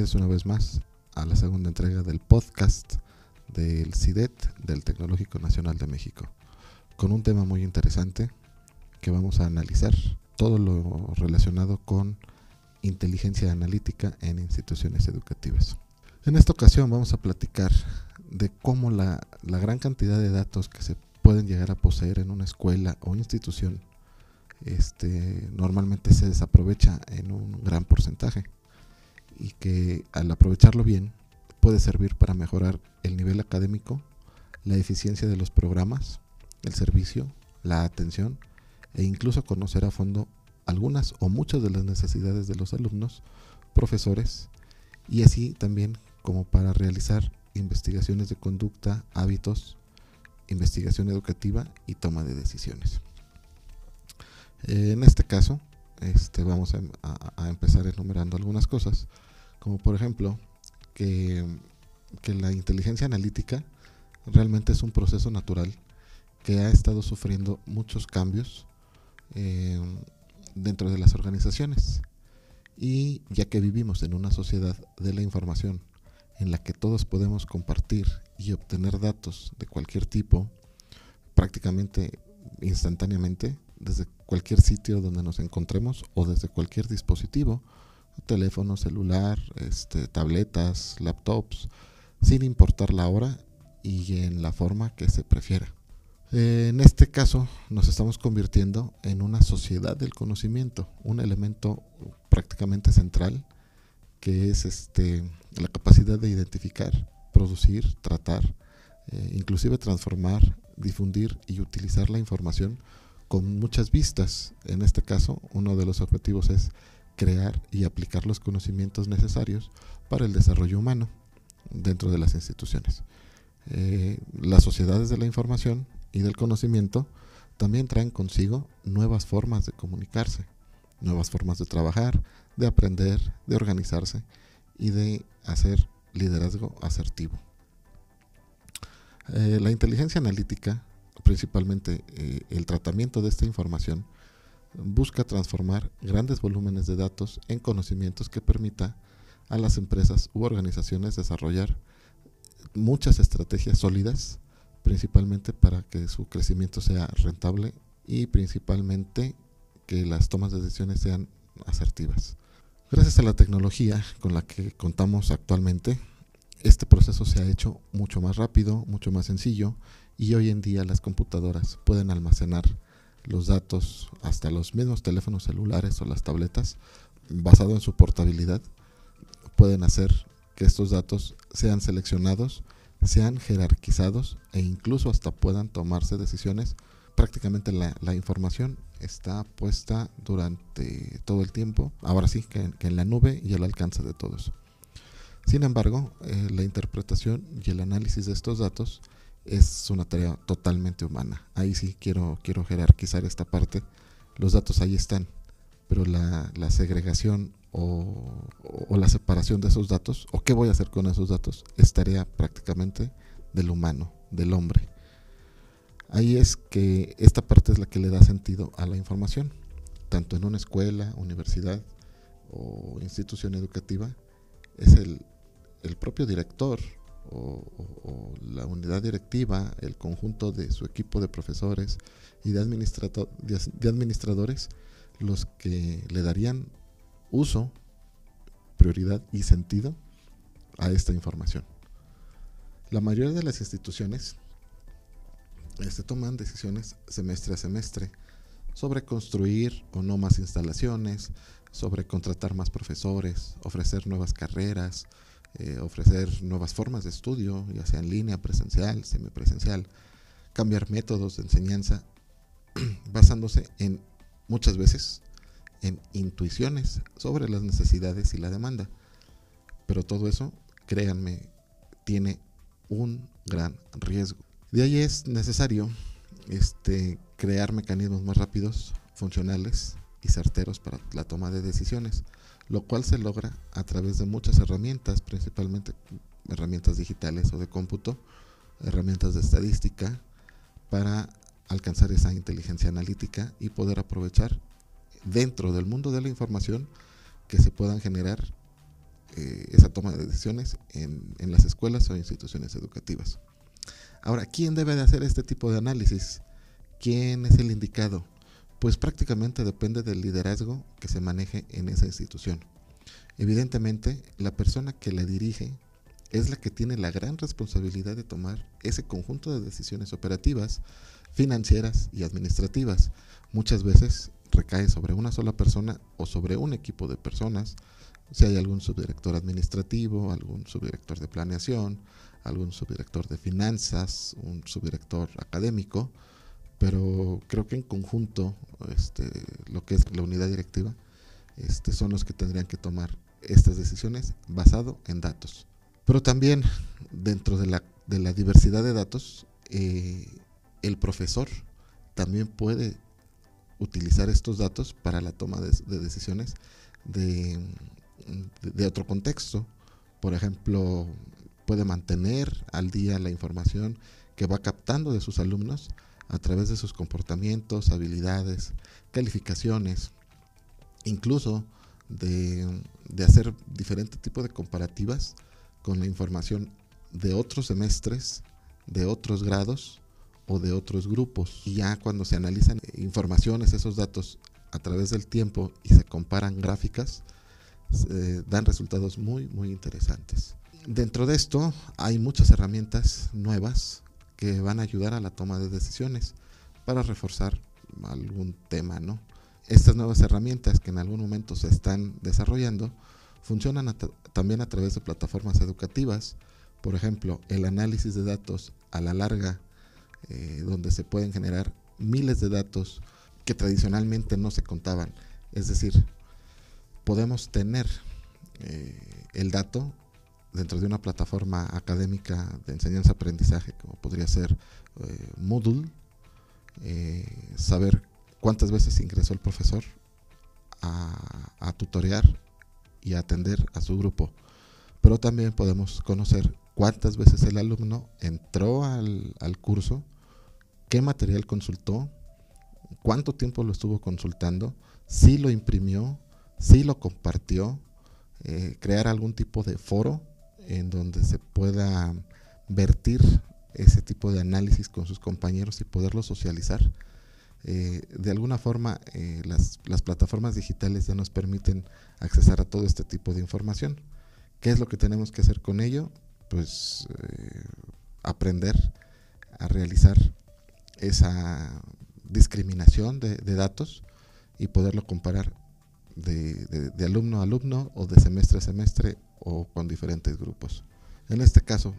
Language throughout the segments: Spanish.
Bienvenidos una vez más a la segunda entrega del podcast del CIDET, del Tecnológico Nacional de México, con un tema muy interesante que vamos a analizar, todo lo relacionado con inteligencia analítica en instituciones educativas. En esta ocasión vamos a platicar de cómo la gran cantidad de datos que se pueden llegar a poseer en una escuela o institución normalmente se desaprovecha en un gran porcentaje, y que al aprovecharlo bien puede servir para mejorar el nivel académico, la eficiencia de los programas, el servicio, la atención e incluso conocer a fondo algunas o muchas de las necesidades de los alumnos, profesores, y así también como para realizar investigaciones de conducta, hábitos, investigación educativa y toma de decisiones. En este caso, vamos a empezar enumerando algunas cosas, como por ejemplo que la inteligencia analítica realmente es un proceso natural que ha estado sufriendo muchos cambios dentro de las organizaciones, y ya que vivimos en una sociedad de la información en la que todos podemos compartir y obtener datos de cualquier tipo prácticamente instantáneamente desde cualquier sitio donde nos encontremos o desde cualquier dispositivo, teléfono celular, tabletas, laptops, sin importar la hora y en la forma que se prefiera. En este caso nos estamos convirtiendo en una sociedad del conocimiento, un elemento prácticamente central que es la capacidad de identificar, producir, tratar, inclusive transformar, difundir y utilizar la información con muchas vistas. En este caso, uno de los objetivos es crear y aplicar los conocimientos necesarios para el desarrollo humano dentro de las instituciones. Las sociedades de la información y del conocimiento también traen consigo nuevas formas de comunicarse, nuevas formas de trabajar, de aprender, de organizarse y de hacer liderazgo asertivo. La inteligencia analítica, principalmente el tratamiento de esta información, busca transformar grandes volúmenes de datos en conocimientos que permita a las empresas u organizaciones desarrollar muchas estrategias sólidas, principalmente para que su crecimiento sea rentable y principalmente que las tomas de decisiones sean asertivas. Gracias a la tecnología con la que contamos actualmente, este proceso se ha hecho mucho más rápido, mucho más sencillo, y hoy en día las computadoras pueden almacenar los datos, hasta los mismos teléfonos celulares o las tabletas, basado en su portabilidad, pueden hacer que estos datos sean seleccionados, sean jerarquizados e incluso hasta puedan tomarse decisiones. Prácticamente la información está puesta durante todo el tiempo, ahora sí que en la nube y al alcance de todos. Sin embargo, la interpretación y el análisis de estos datos es una tarea totalmente humana. Ahí sí quiero jerarquizar esta parte. Los datos ahí están, pero la segregación o la separación de esos datos, o qué voy a hacer con esos datos, es tarea prácticamente del humano, del hombre. Ahí es que esta parte es la que le da sentido a la información, tanto en una escuela, universidad o institución educativa. Es el propio director o la unidad directiva, el conjunto de su equipo de profesores y de administradores los que le darían uso, prioridad y sentido a esta información. La mayoría de las instituciones toman decisiones semestre a semestre sobre construir o no más instalaciones, sobre contratar más profesores, ofrecer nuevas carreras, ofrecer nuevas formas de estudio, ya sea en línea, presencial, semipresencial, cambiar métodos de enseñanza, basándose en muchas veces en intuiciones sobre las necesidades y la demanda. Pero todo eso, créanme, tiene un gran riesgo. De ahí es necesario crear mecanismos más rápidos, funcionales y certeros para la toma de decisiones, lo cual se logra a través de muchas herramientas, principalmente herramientas digitales o de cómputo, herramientas de estadística, para alcanzar esa inteligencia analítica y poder aprovechar dentro del mundo de la información que se puedan generar esa toma de decisiones en las escuelas o instituciones educativas. Ahora, ¿quién debe de hacer este tipo de análisis? ¿Quién es el indicado? Pues prácticamente depende del liderazgo que se maneje en esa institución. Evidentemente, la persona que la dirige es la que tiene la gran responsabilidad de tomar ese conjunto de decisiones operativas, financieras y administrativas. Muchas veces recae sobre una sola persona o sobre un equipo de personas, si hay algún subdirector administrativo, algún subdirector de planeación, algún subdirector de finanzas, un subdirector académico, pero creo que en conjunto lo que es la unidad directiva son los que tendrían que tomar estas decisiones basado en datos. Pero también dentro de la diversidad de datos, el profesor también puede utilizar estos datos para la toma de decisiones de otro contexto. Por ejemplo, puede mantener al día la información que va captando de sus alumnos a través de sus comportamientos, habilidades, calificaciones, incluso de hacer diferente tipo de comparativas con la información de otros semestres, de otros grados o de otros grupos. Y ya cuando se analizan informaciones, esos datos a través del tiempo y se comparan gráficas, dan resultados muy, muy interesantes. Dentro de esto hay muchas herramientas nuevas que van a ayudar a la toma de decisiones para reforzar algún tema, ¿no? Estas nuevas herramientas que en algún momento se están desarrollando funcionan también a través de plataformas educativas. Por ejemplo, el análisis de datos a la larga, donde se pueden generar miles de datos que tradicionalmente no se contaban. Es decir, podemos tener el dato dentro de una plataforma académica de enseñanza-aprendizaje, como podría ser Moodle, saber cuántas veces ingresó el profesor a tutorear y a atender a su grupo. Pero también podemos conocer cuántas veces el alumno entró al curso, qué material consultó, cuánto tiempo lo estuvo consultando, si lo imprimió, si lo compartió, crear algún tipo de foro en donde se pueda vertir ese tipo de análisis con sus compañeros y poderlo socializar. De alguna forma, las plataformas digitales ya nos permiten accesar a todo este tipo de información. ¿Qué es lo que tenemos que hacer con ello? Pues aprender a realizar esa discriminación de datos y poderlo comparar de alumno a alumno o de semestre a semestre o con diferentes grupos. En este caso,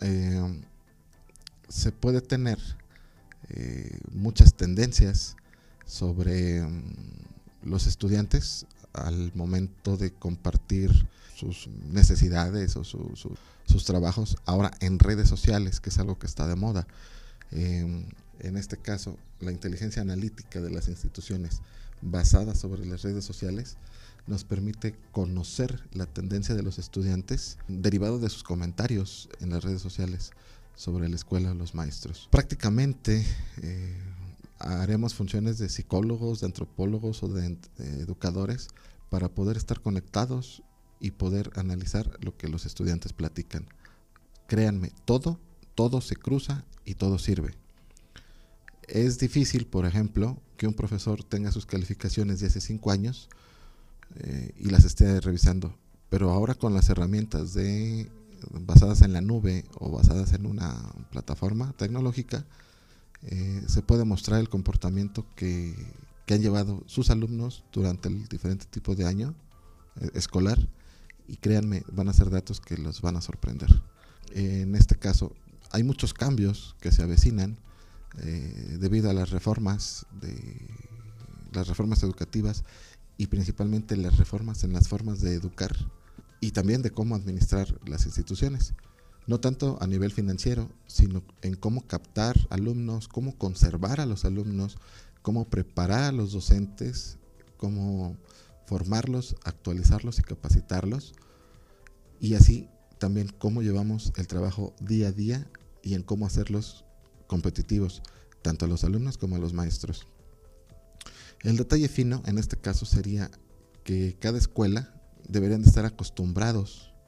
se puede tener muchas tendencias sobre los estudiantes al momento de compartir sus necesidades o sus trabajos ahora en redes sociales, que es algo que está de moda. En este caso, la inteligencia analítica de las instituciones basada sobre las redes sociales nos permite conocer la tendencia de los estudiantes derivado de sus comentarios en las redes sociales sobre la escuela o los maestros. Prácticamente haremos funciones de psicólogos, de antropólogos o de educadores para poder estar conectados y poder analizar lo que los estudiantes platican. Créanme, todo se cruza y todo sirve. Es difícil, por ejemplo, que un profesor tenga sus calificaciones de hace 5 años y las esté revisando, pero ahora con las herramientas basadas en la nube o basadas en una plataforma tecnológica, se puede mostrar el comportamiento que han llevado sus alumnos durante el diferente tipo de año escolar, y créanme, van a ser datos que los van a sorprender. En este caso, hay muchos cambios que se avecinan debido a las reformas educativas y principalmente las reformas en las formas de educar y también de cómo administrar las instituciones, no tanto a nivel financiero, sino en cómo captar alumnos, cómo conservar a los alumnos, cómo preparar a los docentes, cómo formarlos, actualizarlos y capacitarlos, y así también cómo llevamos el trabajo día a día y en cómo hacerlos competitivos, tanto a los alumnos como a los maestros. El detalle fino en este caso sería que cada escuela deberían de estar acostumbrados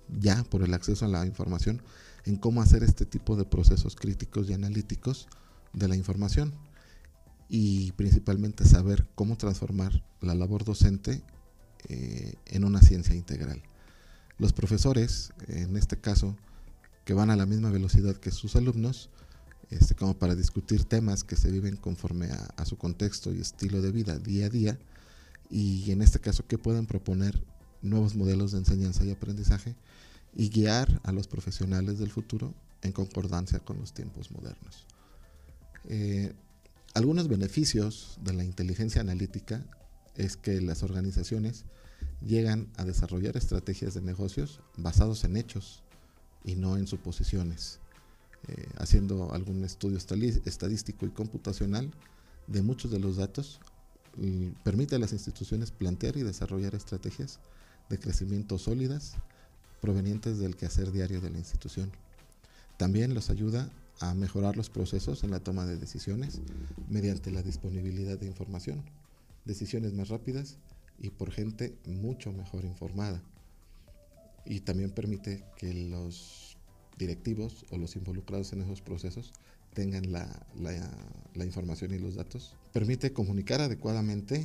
ya por el acceso a la información en cómo hacer este tipo de procesos críticos y analíticos de la información, y principalmente saber cómo transformar la labor docente en una ciencia integral. Los profesores, en este caso, que van a la misma velocidad que sus alumnos, como para discutir temas que se viven conforme a su contexto y estilo de vida día a día, y en este caso que puedan proponer nuevos modelos de enseñanza y aprendizaje y guiar a los profesionales del futuro en concordancia con los tiempos modernos. Algunos beneficios de la inteligencia analítica es que las organizaciones llegan a desarrollar estrategias de negocios basados en hechos y no en suposiciones, haciendo algún estudio estadístico y computacional de muchos de los datos. Permite a las instituciones plantear y desarrollar estrategias de crecimiento sólidas provenientes del quehacer diario de la institución. También los ayuda a mejorar los procesos en la toma de decisiones mediante la disponibilidad de información, decisiones más rápidas y por gente mucho mejor informada. Y también permite que los directivos o los involucrados en esos procesos tengan la información y los datos. Permite comunicar adecuadamente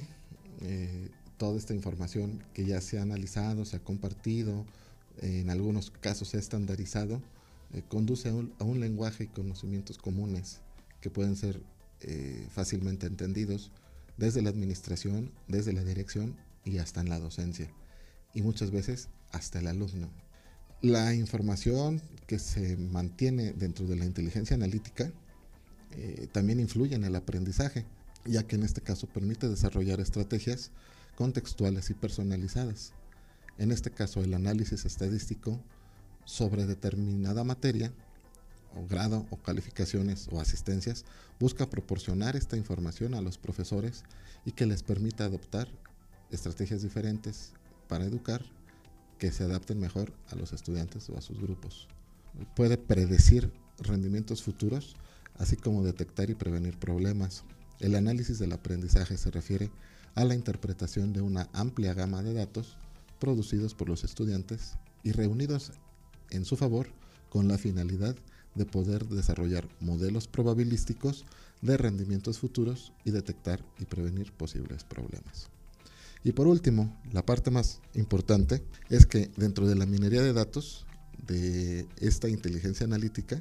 toda esta información que ya se ha analizado, se ha compartido, en algunos casos se ha estandarizado, conduce a un lenguaje y conocimientos comunes que pueden ser fácilmente entendidos desde la administración, desde la dirección y hasta en la docencia, y muchas veces hasta el alumno. La información que se mantiene dentro de la inteligencia analítica también influye en el aprendizaje, ya que en este caso permite desarrollar estrategias contextuales y personalizadas. En este caso, el análisis estadístico sobre determinada materia o grado o calificaciones o asistencias busca proporcionar esta información a los profesores y que les permita adoptar estrategias diferentes para educar que se adapten mejor a los estudiantes o a sus grupos. Puede predecir rendimientos futuros, así como detectar y prevenir problemas. El análisis del aprendizaje se refiere a la interpretación de una amplia gama de datos producidos por los estudiantes y reunidos en su favor con la finalidad de poder desarrollar modelos probabilísticos de rendimientos futuros y detectar y prevenir posibles problemas. Y por último, la parte más importante es que dentro de la minería de datos de esta inteligencia analítica,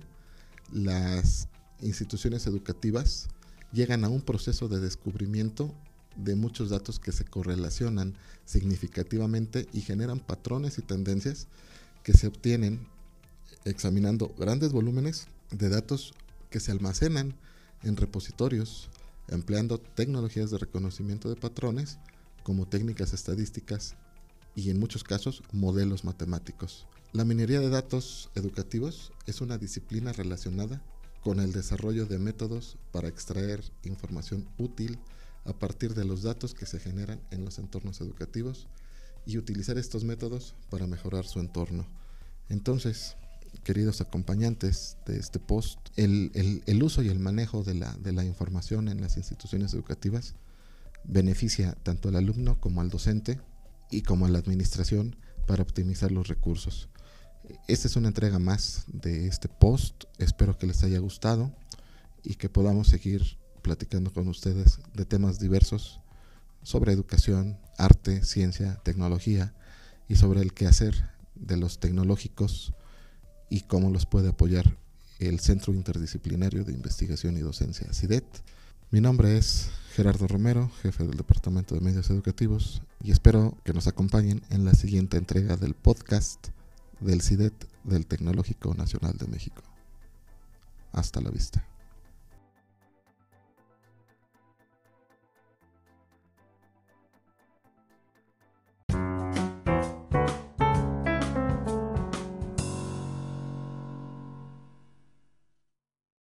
las instituciones educativas llegan a un proceso de descubrimiento de muchos datos que se correlacionan significativamente y generan patrones y tendencias que se obtienen examinando grandes volúmenes de datos que se almacenan en repositorios, empleando tecnologías de reconocimiento de patrones como técnicas estadísticas y en muchos casos modelos matemáticos. La minería de datos educativos es una disciplina relacionada con el desarrollo de métodos para extraer información útil a partir de los datos que se generan en los entornos educativos y utilizar estos métodos para mejorar su entorno. Entonces, queridos acompañantes de este post, el uso y el manejo de la información en las instituciones educativas beneficia tanto al alumno como al docente y como a la administración para optimizar los recursos. Esta es una entrega más de este post. Espero que les haya gustado y que podamos seguir platicando con ustedes de temas diversos sobre educación, arte, ciencia, tecnología y sobre el quehacer de los tecnológicos y cómo los puede apoyar el Centro Interdisciplinario de Investigación y Docencia, CIDET. Mi nombre es Gerardo Romero, jefe del Departamento de Medios Educativos, y espero que nos acompañen en la siguiente entrega del podcast del CIDET del Tecnológico Nacional de México. Hasta la vista.